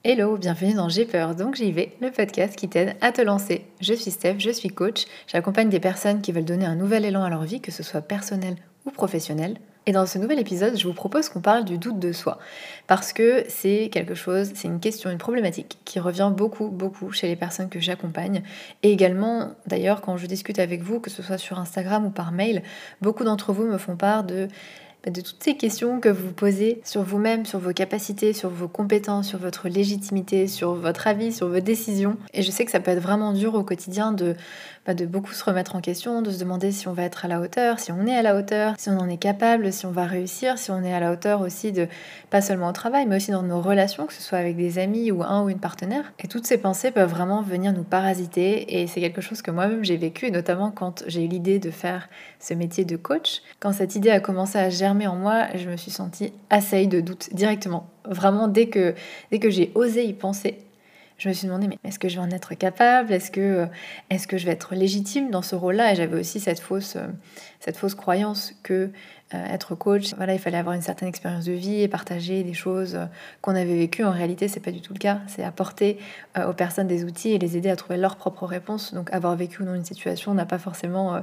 Hello, bienvenue dans J'ai peur, donc j'y vais, le podcast qui t'aide à te lancer. Je suis Steph, je suis coach, j'accompagne des personnes qui veulent donner un nouvel élan à leur vie, que ce soit personnel ou professionnel. Et dans ce nouvel épisode, je vous propose qu'on parle du doute de soi, parce que c'est quelque chose, c'est une question, une problématique qui revient beaucoup chez les personnes que j'accompagne. Et également, d'ailleurs, quand je discute avec vous, que ce soit sur Instagram ou par mail, beaucoup d'entre vous me font part de toutes ces questions que vous vous posez sur vous-même, sur vos capacités, sur vos compétences, sur votre légitimité, sur votre avis, sur vos décisions. Et je sais que ça peut être vraiment dur au quotidien de beaucoup se remettre en question, de se demander si on va être à la hauteur, si on est à la hauteur, si on en est capable, si on va réussir, si on est à la hauteur aussi de, pas seulement au travail, mais aussi dans nos relations, que ce soit avec des amis ou un ou une partenaire. Et toutes ces pensées peuvent vraiment venir nous parasiter. Et c'est quelque chose que moi-même j'ai vécu, notamment quand j'ai eu l'idée de faire ce métier de coach. Quand cette idée a commencé à germer en moi, je me suis sentie assaillie de doutes directement. Vraiment, dès que j'ai osé y penser, je me suis demandé, mais est-ce que je vais en être capable? Est-ce que je vais être légitime dans ce rôle-là? Et j'avais aussi cette fausse croyance que être coach, voilà, il fallait avoir une certaine expérience de vie et partager des choses qu'on avait vécues. En réalité, c'est pas du tout le cas. C'est apporter aux personnes des outils et les aider à trouver leurs propres réponses. Donc, avoir vécu ou non une situation n'a pas forcément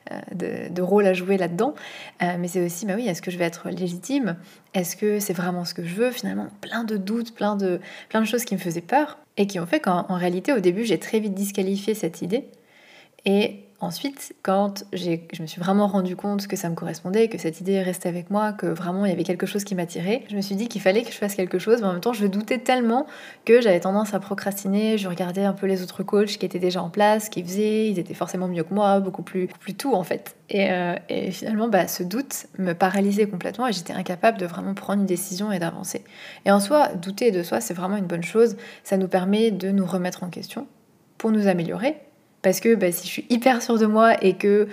de rôle à jouer là-dedans. Mais c'est aussi, bah oui, est-ce que je vais être légitime? Est-ce que c'est vraiment ce que je veux? Finalement, plein de doutes, plein de choses qui me faisaient peur et qui ont fait qu'en réalité, au début, j'ai très vite disqualifié cette idée. Et ensuite, quand je me suis vraiment rendu compte que ça me correspondait, que cette idée restait avec moi, que vraiment il y avait quelque chose qui m'attirait, je me suis dit qu'il fallait que je fasse quelque chose, mais en même temps je doutais tellement que j'avais tendance à procrastiner. Je regardais un peu les autres coachs qui étaient déjà en place, qui faisaient, ils étaient forcément mieux que moi, beaucoup plus tout en fait. Et finalement, ce doute me paralysait complètement et j'étais incapable de vraiment prendre une décision et d'avancer. Et en soi, douter de soi, c'est vraiment une bonne chose. Ça nous permet de nous remettre en question pour nous améliorer. Parce que si je suis hyper sûre de moi et que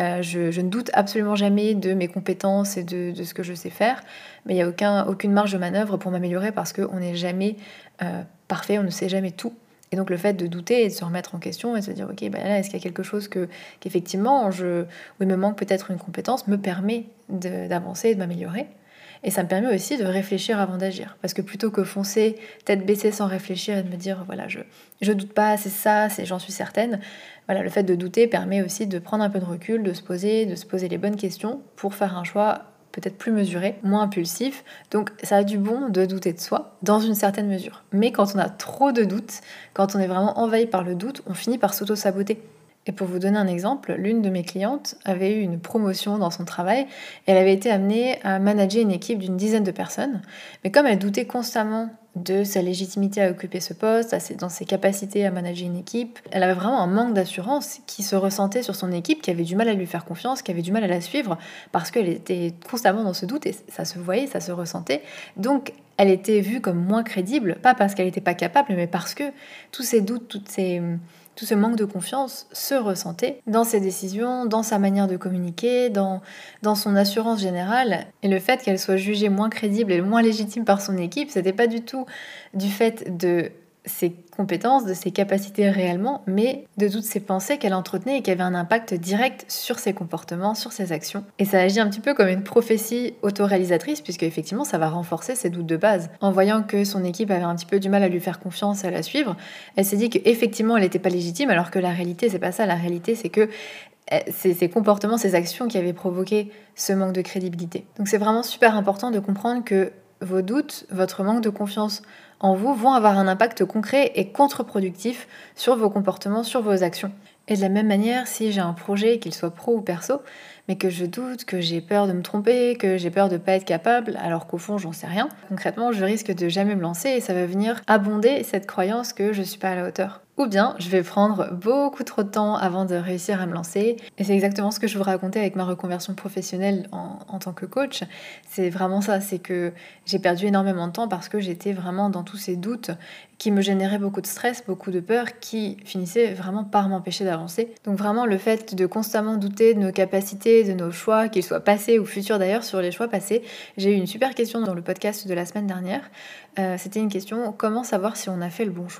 je ne doute absolument jamais de mes compétences et de ce que je sais faire, mais il n'y a aucune marge de manœuvre pour m'améliorer parce qu'on n'est jamais parfait, on ne sait jamais tout. Et donc le fait de douter et de se remettre en question et de se dire ok, là, est-ce qu'il y a quelque chose qu'effectivement où il me manque peut-être une compétence, me permet d'avancer et de m'améliorer. Et ça me permet aussi de réfléchir avant d'agir. Parce que plutôt que foncer, tête baissée sans réfléchir et de me dire, voilà, je doute pas, c'est ça, j'en suis certaine. Voilà, le fait de douter permet aussi de prendre un peu de recul, de se poser les bonnes questions pour faire un choix peut-être plus mesuré, moins impulsif. Donc ça a du bon de douter de soi, dans une certaine mesure. Mais quand on a trop de doutes, quand on est vraiment envahi par le doute, on finit par s'auto-saboter. Et pour vous donner un exemple, l'une de mes clientes avait eu une promotion dans son travail et elle avait été amenée à manager une équipe d'une dizaine de personnes. Mais comme elle doutait constamment de sa légitimité à occuper ce poste, dans ses capacités à manager une équipe, elle avait vraiment un manque d'assurance qui se ressentait sur son équipe, qui avait du mal à lui faire confiance, qui avait du mal à la suivre parce qu'elle était constamment dans ce doute et ça se voyait, ça se ressentait. Donc elle était vue comme moins crédible, pas parce qu'elle n'était pas capable, mais parce que tous ces doutes, tout ce manque de confiance se ressentait dans ses décisions, dans sa manière de communiquer, dans son assurance générale. Et le fait qu'elle soit jugée moins crédible et moins légitime par son équipe, c'était pas du tout du fait de ses compétences, de ses capacités réellement, mais de toutes ces pensées qu'elle entretenait et qui avaient un impact direct sur ses comportements, sur ses actions. Et ça agit un petit peu comme une prophétie autoréalisatrice, puisque effectivement ça va renforcer ses doutes de base. En voyant que son équipe avait un petit peu du mal à lui faire confiance, à la suivre, elle s'est dit qu'effectivement elle n'était pas légitime, alors que la réalité c'est pas ça. La réalité c'est que c'est ses comportements, ses actions qui avaient provoqué ce manque de crédibilité. Donc c'est vraiment super important de comprendre que vos doutes, votre manque de confiance en vous vont avoir un impact concret et contre-productif sur vos comportements, sur vos actions. Et de la même manière, si j'ai un projet, qu'il soit pro ou perso, mais que je doute, que j'ai peur de me tromper, que j'ai peur de ne pas être capable, alors qu'au fond, j'en sais rien, concrètement, je risque de jamais me lancer et ça va venir abonder cette croyance que je ne suis pas à la hauteur. Ou bien, je vais prendre beaucoup trop de temps avant de réussir à me lancer. Et c'est exactement ce que je vous racontais avec ma reconversion professionnelle en tant que coach. C'est vraiment ça, c'est que j'ai perdu énormément de temps parce que j'étais vraiment dans tous ces doutes qui me généraient beaucoup de stress, beaucoup de peur, qui finissaient vraiment par m'empêcher d'avancer. Donc vraiment, le fait de constamment douter de nos capacités, de nos choix, qu'ils soient passés ou futurs d'ailleurs. Sur les choix passés, j'ai eu une super question dans le podcast de la semaine dernière. C'était une question, comment savoir si on a fait le bon choix ?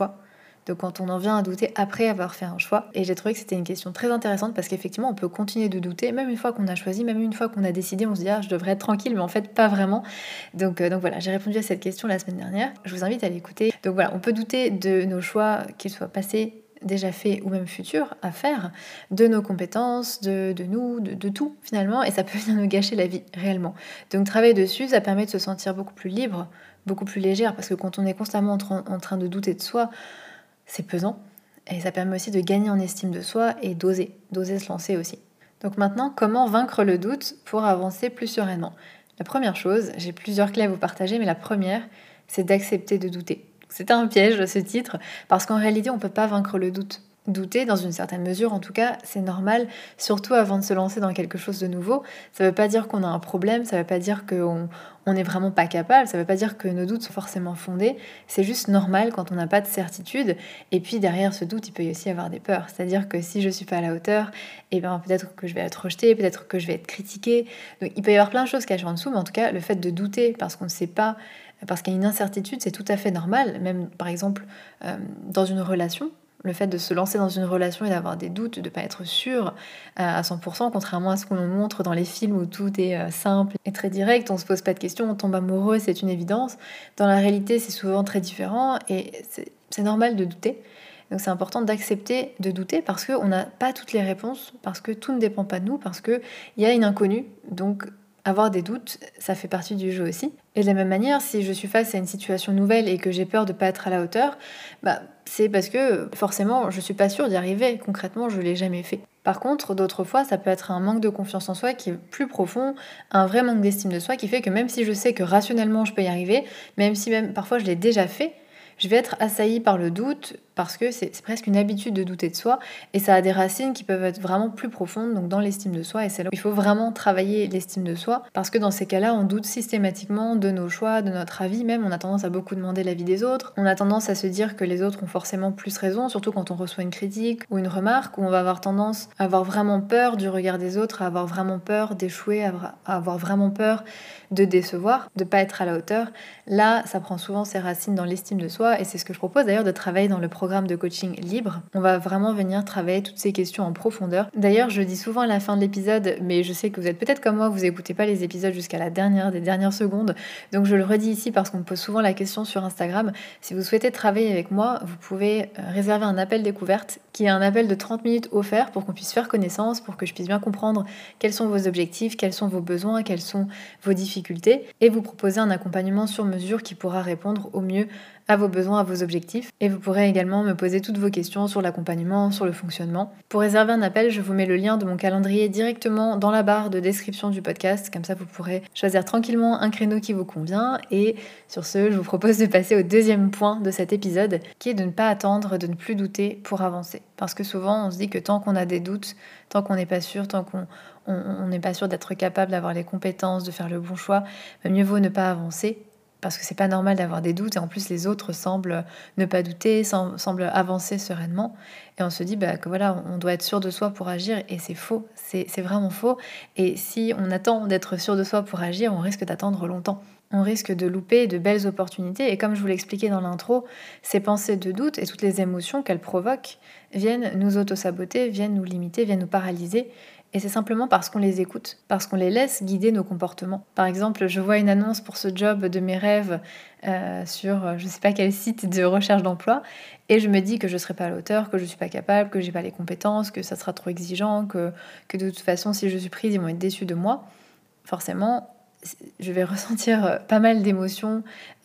Donc quand on en vient à douter après avoir fait un choix. Et j'ai trouvé que c'était une question très intéressante parce qu'effectivement, on peut continuer de douter, même une fois qu'on a choisi, même une fois qu'on a décidé, on se dit ah, je devrais être tranquille, mais en fait pas vraiment. Donc voilà, j'ai répondu à cette question la semaine dernière. Je vous invite à l'écouter. Donc voilà, on peut douter de nos choix, qu'ils soient passés, déjà fait ou même futur à faire, de nos compétences, de nous, de tout finalement, et ça peut venir nous gâcher la vie réellement. Donc travailler dessus, ça permet de se sentir beaucoup plus libre, beaucoup plus légère, parce que quand on est constamment en train de douter de soi, c'est pesant, et ça permet aussi de gagner en estime de soi et d'oser se lancer aussi. Donc maintenant, comment vaincre le doute pour avancer plus sereinement? La première chose, j'ai plusieurs clés à vous partager, mais la première, c'est d'accepter de douter. C'est un piège, ce titre, parce qu'en réalité, on ne peut pas vaincre le doute. Douter, dans une certaine mesure, en tout cas, c'est normal, surtout avant de se lancer dans quelque chose de nouveau. Ça ne veut pas dire qu'on a un problème, ça ne veut pas dire qu'on n'est vraiment pas capable, ça ne veut pas dire que nos doutes sont forcément fondés. C'est juste normal quand on n'a pas de certitude. Et puis derrière ce doute, il peut y aussi avoir des peurs. C'est-à-dire que si je ne suis pas à la hauteur, eh ben, peut-être que je vais être rejetée, peut-être que je vais être critiquée. Donc il peut y avoir plein de choses cachées en dessous, mais en tout cas, le fait de douter parce qu'on ne sait pas, parce qu'il y a une incertitude, c'est tout à fait normal. Même par exemple, dans une relation, le fait de se lancer dans une relation et d'avoir des doutes, de ne pas être sûr à 100%, contrairement à ce qu'on nous montre dans les films où tout est simple et très direct, on ne se pose pas de questions, on tombe amoureux, c'est une évidence. Dans la réalité, c'est souvent très différent et c'est normal de douter. Donc c'est important d'accepter de douter parce qu'on n'a pas toutes les réponses, parce que tout ne dépend pas de nous, parce qu'il y a une inconnue. Donc avoir des doutes, ça fait partie du jeu aussi. Et de la même manière, si je suis face à une situation nouvelle et que j'ai peur de ne pas être à la hauteur, c'est parce que forcément, je ne suis pas sûre d'y arriver. Concrètement, je ne l'ai jamais fait. Par contre, d'autres fois, ça peut être un manque de confiance en soi qui est plus profond, un vrai manque d'estime de soi qui fait que même si je sais que rationnellement je peux y arriver, même si même parfois je l'ai déjà fait, je vais être assaillie par le doute parce que c'est presque une habitude de douter de soi et ça a des racines qui peuvent être vraiment plus profondes, donc dans l'estime de soi, et c'est là où il faut vraiment travailler l'estime de soi parce que dans ces cas-là, on doute systématiquement de nos choix, de notre avis même, on a tendance à beaucoup demander l'avis des autres, on a tendance à se dire que les autres ont forcément plus raison, surtout quand on reçoit une critique ou une remarque, où on va avoir tendance à avoir vraiment peur du regard des autres, à avoir vraiment peur d'échouer, à avoir vraiment peur de décevoir, de pas être à la hauteur. Là, ça prend souvent ses racines dans l'estime de soi et c'est ce que je propose d'ailleurs de travailler dans le programme de coaching libre. On va vraiment venir travailler toutes ces questions en profondeur. D'ailleurs, je dis souvent à la fin de l'épisode, mais je sais que vous êtes peut-être comme moi, vous écoutez pas les épisodes jusqu'à la dernière des dernières secondes, donc je le redis ici parce qu'on me pose souvent la question sur Instagram. Si vous souhaitez travailler avec moi, vous pouvez réserver un appel découverte qui est un appel de 30 minutes offert pour qu'on puisse faire connaissance, pour que je puisse bien comprendre quels sont vos objectifs, quels sont vos besoins, quelles sont vos difficultés et vous proposer un accompagnement sur mesure qui pourra répondre au mieux à vos besoins, à vos objectifs. Et vous pourrez également me poser toutes vos questions sur l'accompagnement, sur le fonctionnement. Pour réserver un appel, je vous mets le lien de mon calendrier directement dans la barre de description du podcast. Comme ça, vous pourrez choisir tranquillement un créneau qui vous convient. Et sur ce, je vous propose de passer au deuxième point de cet épisode, qui est de ne pas attendre, de ne plus douter pour avancer. Parce que souvent, on se dit que tant qu'on a des doutes, tant qu'on n'est pas sûr, tant qu'on n'est pas sûr d'être capable d'avoir les compétences, de faire le bon choix, mieux vaut ne pas avancer. Parce que c'est pas normal d'avoir des doutes et en plus les autres semblent ne pas douter, semblent avancer sereinement et on se dit que voilà, on doit être sûr de soi pour agir et c'est faux, c'est vraiment faux et si on attend d'être sûr de soi pour agir, on risque d'attendre longtemps. On risque de louper de belles opportunités et comme je vous l'expliquais dans l'intro, ces pensées de doute et toutes les émotions qu'elles provoquent viennent nous auto-saboter, viennent nous limiter, viennent nous paralyser. Et c'est simplement parce qu'on les écoute, parce qu'on les laisse guider nos comportements. Par exemple, je vois une annonce pour ce job de mes rêves sur je ne sais pas quel site de recherche d'emploi et je me dis que je ne serai pas à la hauteur, que je ne suis pas capable, que je n'ai pas les compétences, que ça sera trop exigeant, que de toute façon, si je suis prise, ils vont être déçus de moi. Forcément, je vais ressentir pas mal d'émotions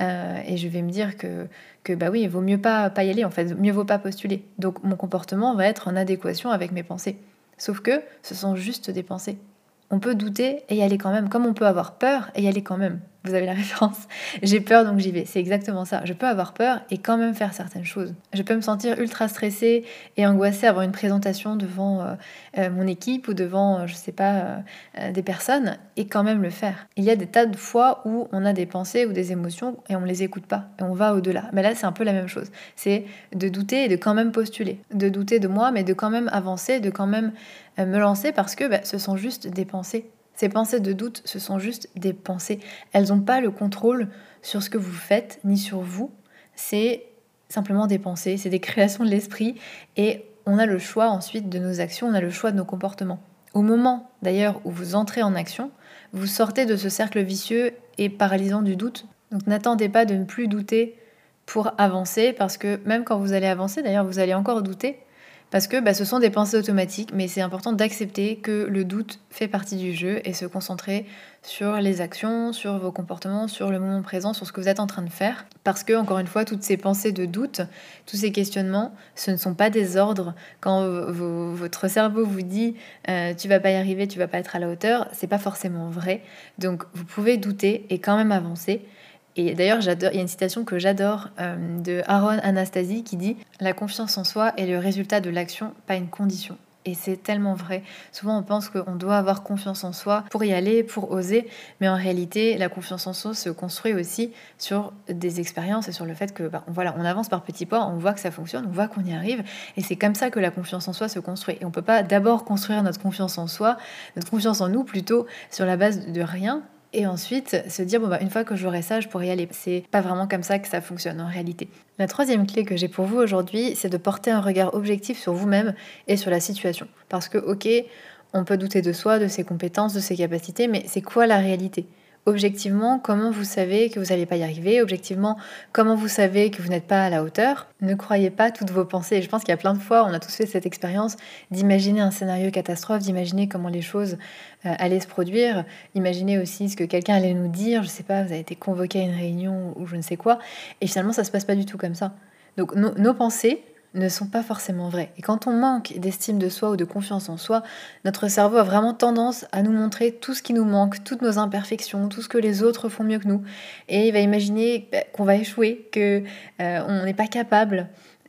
et je vais me dire que oui, il vaut mieux pas y aller, en fait, mieux vaut pas postuler. Donc mon comportement va être en adéquation avec mes pensées. Sauf que ce sont juste des pensées. On peut douter et y aller quand même, comme on peut avoir peur et y aller quand même. Vous avez la référence. J'ai peur donc j'y vais. C'est exactement ça. Je peux avoir peur et quand même faire certaines choses. Je peux me sentir ultra stressée et angoissée, avoir une présentation devant mon équipe ou devant, je sais pas, des personnes et quand même le faire. Il y a des tas de fois où on a des pensées ou des émotions et on les écoute pas et on va au-delà. Mais là, c'est un peu la même chose. C'est de douter et de quand même postuler. De douter de moi, mais de quand même avancer, de quand même me lancer parce que ce sont juste des pensées. Ces pensées de doute, ce sont juste des pensées. Elles n'ont pas le contrôle sur ce que vous faites, ni sur vous. C'est simplement des pensées, c'est des créations de l'esprit et on a le choix ensuite de nos actions, on a le choix de nos comportements. Au moment d'ailleurs où vous entrez en action, vous sortez de ce cercle vicieux et paralysant du doute. Donc n'attendez pas de ne plus douter pour avancer, parce que même quand vous allez avancer, d'ailleurs, vous allez encore douter, parce que ce sont des pensées automatiques, mais c'est important d'accepter que le doute fait partie du jeu et se concentrer sur les actions, sur vos comportements, sur le moment présent, sur ce que vous êtes en train de faire. Parce que, encore une fois, toutes ces pensées de doute, tous ces questionnements, ce ne sont pas des ordres. Quand votre cerveau vous dit tu vas pas y arriver, tu vas pas être à la hauteur, c'est pas forcément vrai. Donc vous pouvez douter et quand même avancer. Et d'ailleurs, il y a une citation que j'adore de Aaron Anastasie qui dit « La confiance en soi est le résultat de l'action, pas une condition ». Et c'est tellement vrai. Souvent, on pense qu'on doit avoir confiance en soi pour y aller, pour oser. Mais en réalité, la confiance en soi se construit aussi sur des expériences et sur le fait que on avance par petits pas, on voit que ça fonctionne, on voit qu'on y arrive. Et c'est comme ça que la confiance en soi se construit. Et on ne peut pas d'abord construire notre confiance en soi, notre confiance en nous plutôt, sur la base de rien, et ensuite se dire une fois que j'aurai ça, je pourrai y aller. C'est pas vraiment comme ça que ça fonctionne en réalité. La troisième clé que j'ai pour vous aujourd'hui, c'est de porter un regard objectif sur vous-même et sur la situation. Parce que on peut douter de soi, de ses compétences, de ses capacités, mais c'est quoi la réalité ? Objectivement, comment vous savez que vous n'allez pas y arriver ? Objectivement, comment vous savez que vous n'êtes pas à la hauteur ? Ne croyez pas toutes vos pensées. Et je pense qu'il y a plein de fois, on a tous fait cette expérience d'imaginer un scénario catastrophe, d'imaginer comment les choses allaient se produire, imaginer aussi ce que quelqu'un allait nous dire, je sais pas, vous avez été convoqué à une réunion ou je ne sais quoi, et finalement ça se passe pas du tout comme ça. Donc nos pensées ne sont pas forcément vraies. Et quand on manque d'estime de soi ou de confiance en soi, notre cerveau a vraiment tendance à nous montrer tout ce qui nous manque, toutes nos imperfections, tout ce que les autres font mieux que nous. Et il va imaginer qu'on va échouer, que on n'est pas capable,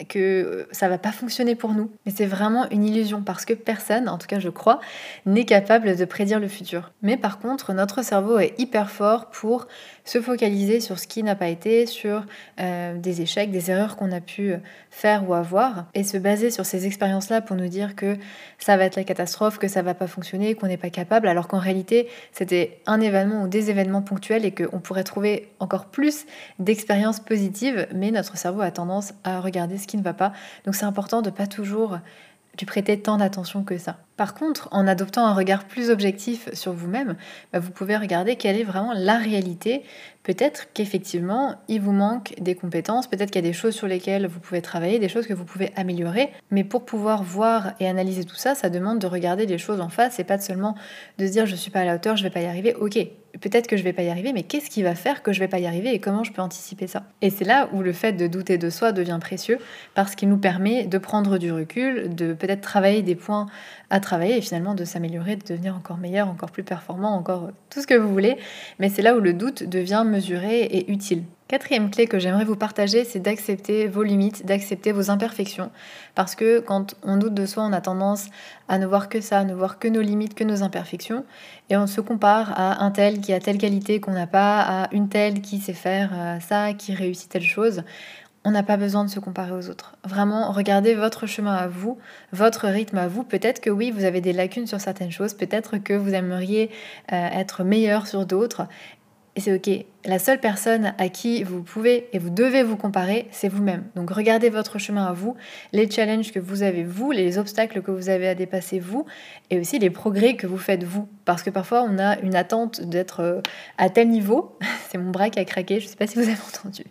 que ça va pas fonctionner pour nous. Mais c'est vraiment une illusion parce que personne, en tout cas je crois, n'est capable de prédire le futur. Mais par contre, notre cerveau est hyper fort pour se focaliser sur ce qui n'a pas été, sur des échecs, des erreurs qu'on a pu faire ou avoir, et se baser sur ces expériences-là pour nous dire que ça va être la catastrophe, que ça va pas fonctionner, qu'on n'est pas capable, alors qu'en réalité, c'était un événement ou des événements ponctuels et qu'on pourrait trouver encore plus d'expériences positives, mais notre cerveau a tendance à regarder ce qui ne va pas. Donc c'est important de pas toujours lui prêter tant d'attention que ça. Par contre, en adoptant un regard plus objectif sur vous-même, vous pouvez regarder quelle est vraiment la réalité. Peut-être qu'effectivement, il vous manque des compétences, peut-être qu'il y a des choses sur lesquelles vous pouvez travailler, des choses que vous pouvez améliorer, mais pour pouvoir voir et analyser tout ça, ça demande de regarder les choses en face et pas seulement de se dire je suis pas à la hauteur, je vais pas y arriver. Ok, peut-être que je vais pas y arriver, mais qu'est-ce qui va faire que je vais pas y arriver et comment je peux anticiper ça ? Et c'est là où le fait de douter de soi devient précieux parce qu'il nous permet de prendre du recul, de peut-être travailler des points à travailler et finalement de s'améliorer, de devenir encore meilleur, encore plus performant, encore tout ce que vous voulez. Mais c'est là où le doute devient mesuré et utile. Quatrième clé que j'aimerais vous partager, c'est d'accepter vos limites, d'accepter vos imperfections. Parce que quand on doute de soi, on a tendance à ne voir que ça, à ne voir que nos limites, que nos imperfections. Et on se compare à un tel qui a telle qualité qu'on n'a pas, à une telle qui sait faire ça, qui réussit telle chose. On n'a pas besoin de se comparer aux autres. Vraiment, regardez votre chemin à vous, votre rythme à vous. Peut-être que oui, vous avez des lacunes sur certaines choses, peut-être que vous aimeriez être meilleur sur d'autres. Et c'est ok. La seule personne à qui vous pouvez et vous devez vous comparer, c'est vous-même. Donc regardez votre chemin à vous, les challenges que vous avez vous, les obstacles que vous avez à dépasser vous, et aussi les progrès que vous faites vous. Parce que parfois on a une attente d'être à tel niveau. C'est mon bras qui a craqué, je ne sais pas si vous avez entendu.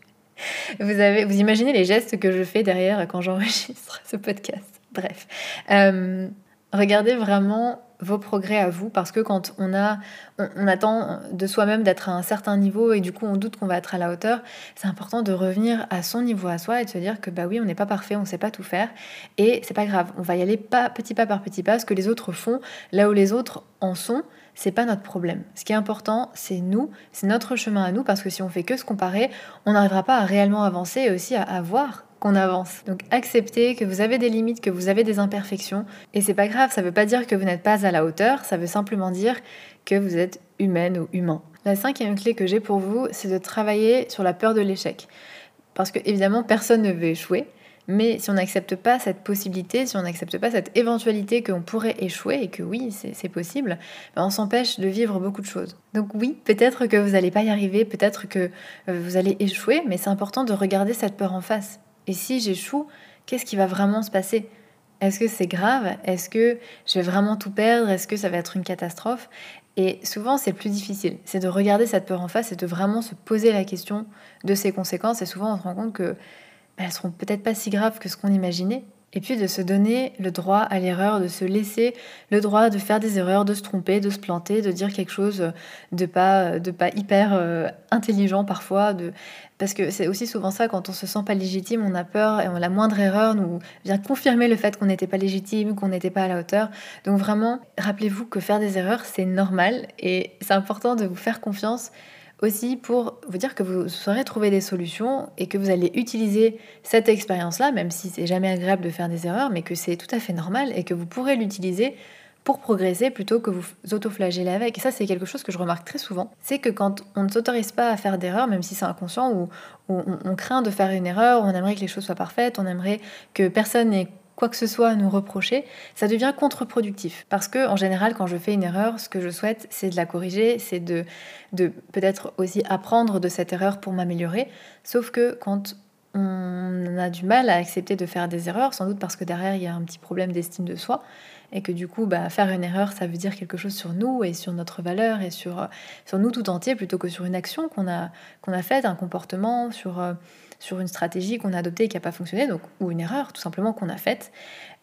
Vous imaginez les gestes que je fais derrière quand j'enregistre ce podcast. Bref. Regardez vraiment vos progrès à vous, parce que quand on attend de soi-même d'être à un certain niveau et du coup on doute qu'on va être à la hauteur, c'est important de revenir à son niveau à soi et de se dire que oui, on n'est pas parfait, on ne sait pas tout faire et c'est pas grave, on va y aller petit pas par petit pas. Ce que les autres font, là où les autres en sont, c'est pas notre problème. Ce qui est important, c'est nous, c'est notre chemin à nous, parce que si on fait que se comparer, on n'arrivera pas à réellement avancer et aussi à voir qu'on avance. Donc acceptez que vous avez des limites, que vous avez des imperfections, et c'est pas grave, ça veut pas dire que vous n'êtes pas à la hauteur, ça veut simplement dire que vous êtes humaine ou humain. La cinquième clé que j'ai pour vous, c'est de travailler sur la peur de l'échec. Parce que évidemment, personne ne veut échouer, mais si on n'accepte pas cette possibilité, si on n'accepte pas cette éventualité qu'on pourrait échouer, et que oui, c'est possible, on s'empêche de vivre beaucoup de choses. Donc oui, peut-être que vous n'allez pas y arriver, peut-être que vous allez échouer, mais c'est important de regarder cette peur en face. Et si j'échoue, qu'est-ce qui va vraiment se passer? Est-ce que c'est grave? Est-ce que je vais vraiment tout perdre? Est-ce que ça va être une catastrophe? Et souvent, c'est le plus difficile. C'est de regarder cette peur en face et de vraiment se poser la question de ses conséquences. Et souvent, on se rend compte que elles seront peut-être pas si graves que ce qu'on imaginait. Et puis de se donner le droit à l'erreur, de se laisser le droit de faire des erreurs, de se tromper, de se planter, de dire quelque chose de pas hyper intelligent parfois. Parce que c'est aussi souvent ça, quand on se sent pas légitime, on a peur et la moindre erreur nous vient confirmer le fait qu'on n'était pas légitime, qu'on n'était pas à la hauteur. Donc vraiment, rappelez-vous que faire des erreurs, c'est normal et c'est important de vous faire confiance aussi pour vous dire que vous saurez trouver des solutions et que vous allez utiliser cette expérience-là, même si c'est jamais agréable de faire des erreurs, mais que c'est tout à fait normal et que vous pourrez l'utiliser pour progresser plutôt que vous autoflageller avec. Et ça, c'est quelque chose que je remarque très souvent. C'est que quand on ne s'autorise pas à faire d'erreurs, même si c'est inconscient, ou on craint de faire une erreur, on aimerait que les choses soient parfaites, on aimerait que personne n'ait quoi que ce soit à nous reprocher, ça devient contre-productif. Parce que, en général, quand je fais une erreur, ce que je souhaite, c'est de la corriger, c'est de peut-être aussi apprendre de cette erreur pour m'améliorer. Sauf que quand on a du mal à accepter de faire des erreurs, sans doute parce que derrière, il y a un petit problème d'estime de soi, et que du coup, faire une erreur, ça veut dire quelque chose sur nous et sur notre valeur et sur nous tout entier, plutôt que sur une action qu'on a faite, un comportement, sur une stratégie qu'on a adoptée et qui n'a pas fonctionné, donc, ou une erreur tout simplement qu'on a faite.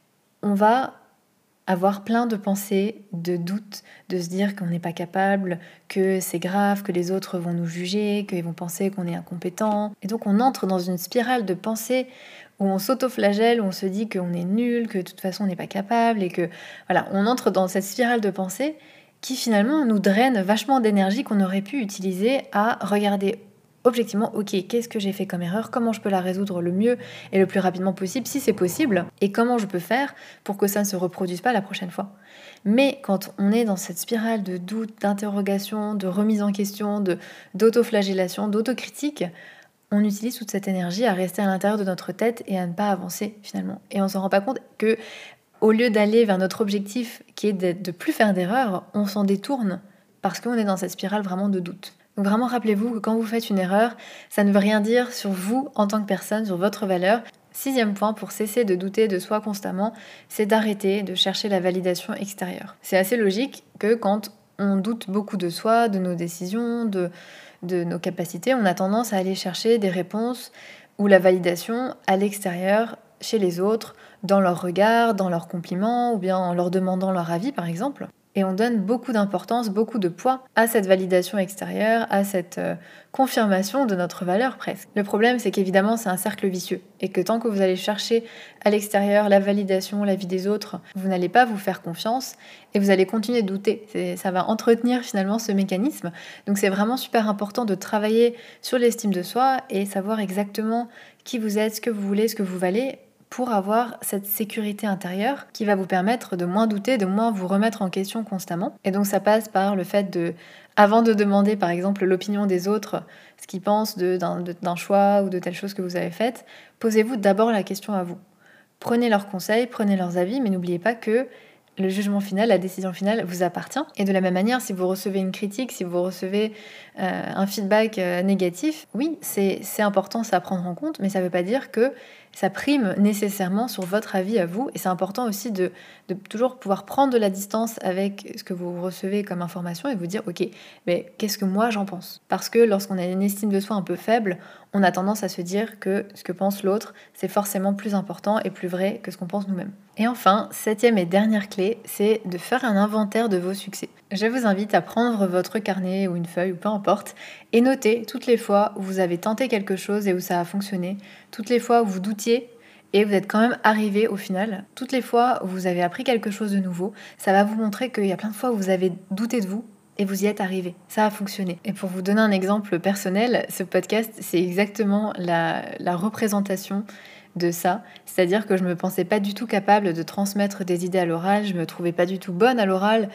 On va avoir plein de pensées, de doutes, de se dire qu'on n'est pas capable, que c'est grave, que les autres vont nous juger, qu'ils vont penser qu'on est incompétent. Et donc on entre dans une spirale de pensées où on s'auto-flagelle, où on se dit qu'on est nul, que de toute façon on n'est pas capable, et que voilà, on entre dans cette spirale de pensées qui finalement nous draine vachement d'énergie qu'on aurait pu utiliser à regarder objectivement, ok, qu'est-ce que j'ai fait comme erreur, comment je peux la résoudre le mieux et le plus rapidement possible, si c'est possible, et comment je peux faire pour que ça ne se reproduise pas la prochaine fois. Mais quand on est dans cette spirale de doute, d'interrogation, de remise en question, d'autoflagellation, d'autocritique, on utilise toute cette énergie à rester à l'intérieur de notre tête et à ne pas avancer finalement. Et on s'en rend pas compte que au lieu d'aller vers notre objectif qui est de plus faire d'erreurs, on s'en détourne parce qu'on est dans cette spirale vraiment de doute. Donc vraiment rappelez-vous que quand vous faites une erreur, ça ne veut rien dire sur vous en tant que personne, sur votre valeur. 6e point pour cesser de douter de soi constamment, c'est d'arrêter de chercher la validation extérieure. C'est assez logique que quand on doute beaucoup de soi, de nos décisions, de nos capacités, on a tendance à aller chercher des réponses ou la validation à l'extérieur, chez les autres, dans leurs regards, dans leurs compliments, ou bien en leur demandant leur avis par exemple. Et on donne beaucoup d'importance, beaucoup de poids à cette validation extérieure, à cette confirmation de notre valeur presque. Le problème, c'est qu'évidemment, c'est un cercle vicieux. Et que tant que vous allez chercher à l'extérieur la validation, l'avis des autres, vous n'allez pas vous faire confiance et vous allez continuer de douter. Ça va entretenir finalement ce mécanisme. Donc c'est vraiment super important de travailler sur l'estime de soi et savoir exactement qui vous êtes, ce que vous voulez, ce que vous valez, pour avoir cette sécurité intérieure qui va vous permettre de moins douter, de moins vous remettre en question constamment. Et donc ça passe par le fait avant de demander par exemple l'opinion des autres, ce qu'ils pensent d'un choix ou de telle chose que vous avez faite, posez-vous d'abord la question à vous. Prenez leurs conseils, prenez leurs avis, mais n'oubliez pas que le jugement final, la décision finale vous appartient. Et de la même manière, si vous recevez une critique, si vous recevez un feedback négatif, oui, c'est important, ça à prendre en compte, mais ça ne veut pas dire que ça prime nécessairement sur votre avis à vous. Et c'est important aussi de toujours pouvoir prendre de la distance avec ce que vous recevez comme information et vous dire, ok, mais qu'est-ce que moi j'en pense? Parce que lorsqu'on a une estime de soi un peu faible, on a tendance à se dire que ce que pense l'autre, c'est forcément plus important et plus vrai que ce qu'on pense nous-mêmes. Et enfin, 7e et dernière clé, c'est de faire un inventaire de vos succès. Je vous invite à prendre votre carnet ou une feuille ou peu importe et noter toutes les fois où vous avez tenté quelque chose et où ça a fonctionné, toutes les fois où vous doutiez et vous êtes quand même arrivé au final, toutes les fois où vous avez appris quelque chose de nouveau. Ça va vous montrer qu'il y a plein de fois où vous avez douté de vous et vous y êtes arrivé. Ça a fonctionné. Et pour vous donner un exemple personnel, ce podcast, c'est exactement la représentation de ça. C'est-à-dire que je me pensais pas du tout capable de transmettre des idées à l'oral, je me trouvais pas du tout bonne à l'oral,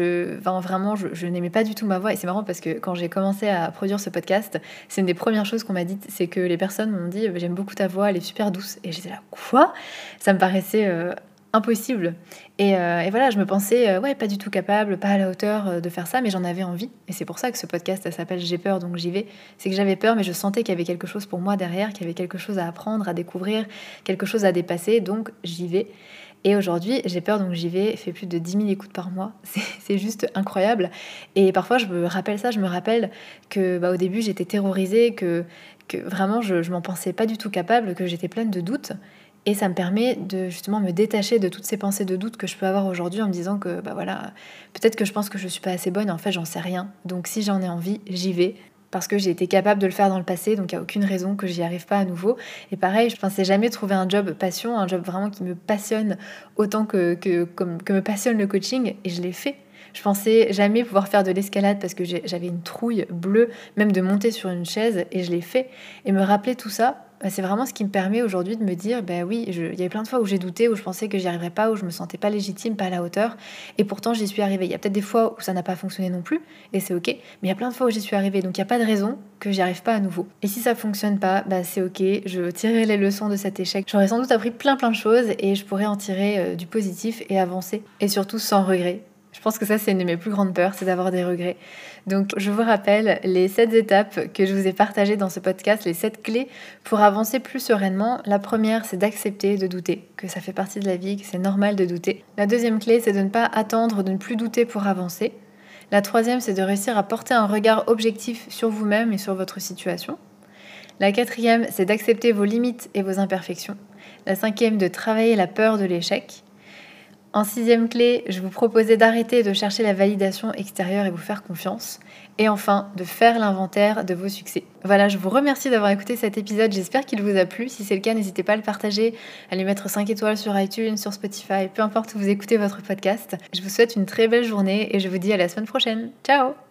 je n'aimais pas du tout ma voix. Et c'est marrant parce que quand j'ai commencé à produire ce podcast, c'est une des premières choses qu'on m'a dites, c'est que les personnes m'ont dit « J'aime beaucoup ta voix, elle est super douce ». Et j'étais là « Quoi ?» Ça me paraissait impossible. Et voilà, je me pensais ouais, pas du tout capable, pas à la hauteur de faire ça, mais j'en avais envie. Et c'est pour ça que ce podcast, ça s'appelle J'ai peur, donc j'y vais. C'est que j'avais peur, mais je sentais qu'il y avait quelque chose pour moi derrière, qu'il y avait quelque chose à apprendre, à découvrir, quelque chose à dépasser, donc j'y vais. Et aujourd'hui, J'ai peur, donc j'y vais, fait plus de 10 000 écoutes par mois. C'est juste incroyable. Et parfois, je me rappelle ça, je me rappelle que au début, j'étais terrorisée, que vraiment, je m'en pensais pas du tout capable, que j'étais pleine de doutes. Et ça me permet de justement me détacher de toutes ces pensées de doute que je peux avoir aujourd'hui en me disant que voilà, peut-être que je pense que je suis pas assez bonne, en fait j'en sais rien. Donc si j'en ai envie, j'y vais. Parce que j'ai été capable de le faire dans le passé, donc il n'y a aucune raison que j'y arrive pas à nouveau. Et pareil, je pensais jamais trouver un job passion, un job vraiment qui me passionne autant que me passionne le coaching, et je l'ai fait. Je pensais jamais pouvoir faire de l'escalade parce que j'avais une trouille bleue, même de monter sur une chaise, et je l'ai fait. Et me rappeler tout ça, c'est vraiment ce qui me permet aujourd'hui de me dire, oui, il y avait plein de fois où j'ai douté, où je pensais que j'y arriverais pas, où je me sentais pas légitime, pas à la hauteur, et pourtant j'y suis arrivée. Il y a peut-être des fois où ça n'a pas fonctionné non plus, et c'est ok, mais il y a plein de fois où j'y suis arrivée, donc il n'y a pas de raison que j'y arrive pas à nouveau. Et si ça fonctionne pas, c'est ok, je tirerai les leçons de cet échec. J'aurais sans doute appris plein de choses, et je pourrais en tirer du positif et avancer, et surtout sans regret. Je pense que ça, c'est une de mes plus grandes peurs, c'est d'avoir des regrets. Donc, je vous rappelle les 7 étapes que je vous ai partagées dans ce podcast, les 7 clés pour avancer plus sereinement. La première, c'est d'accepter de douter, que ça fait partie de la vie, que c'est normal de douter. La deuxième clé, c'est de ne pas attendre, de ne plus douter pour avancer. La troisième, c'est de réussir à porter un regard objectif sur vous-même et sur votre situation. La quatrième, c'est d'accepter vos limites et vos imperfections. La cinquième, de travailler la peur de l'échec. En 6e clé, je vous proposais d'arrêter de chercher la validation extérieure et vous faire confiance. Et enfin, de faire l'inventaire de vos succès. Voilà, je vous remercie d'avoir écouté cet épisode. J'espère qu'il vous a plu. Si c'est le cas, n'hésitez pas à le partager, à lui mettre 5 étoiles sur iTunes, sur Spotify, peu importe où vous écoutez votre podcast. Je vous souhaite une très belle journée et je vous dis à la semaine prochaine. Ciao!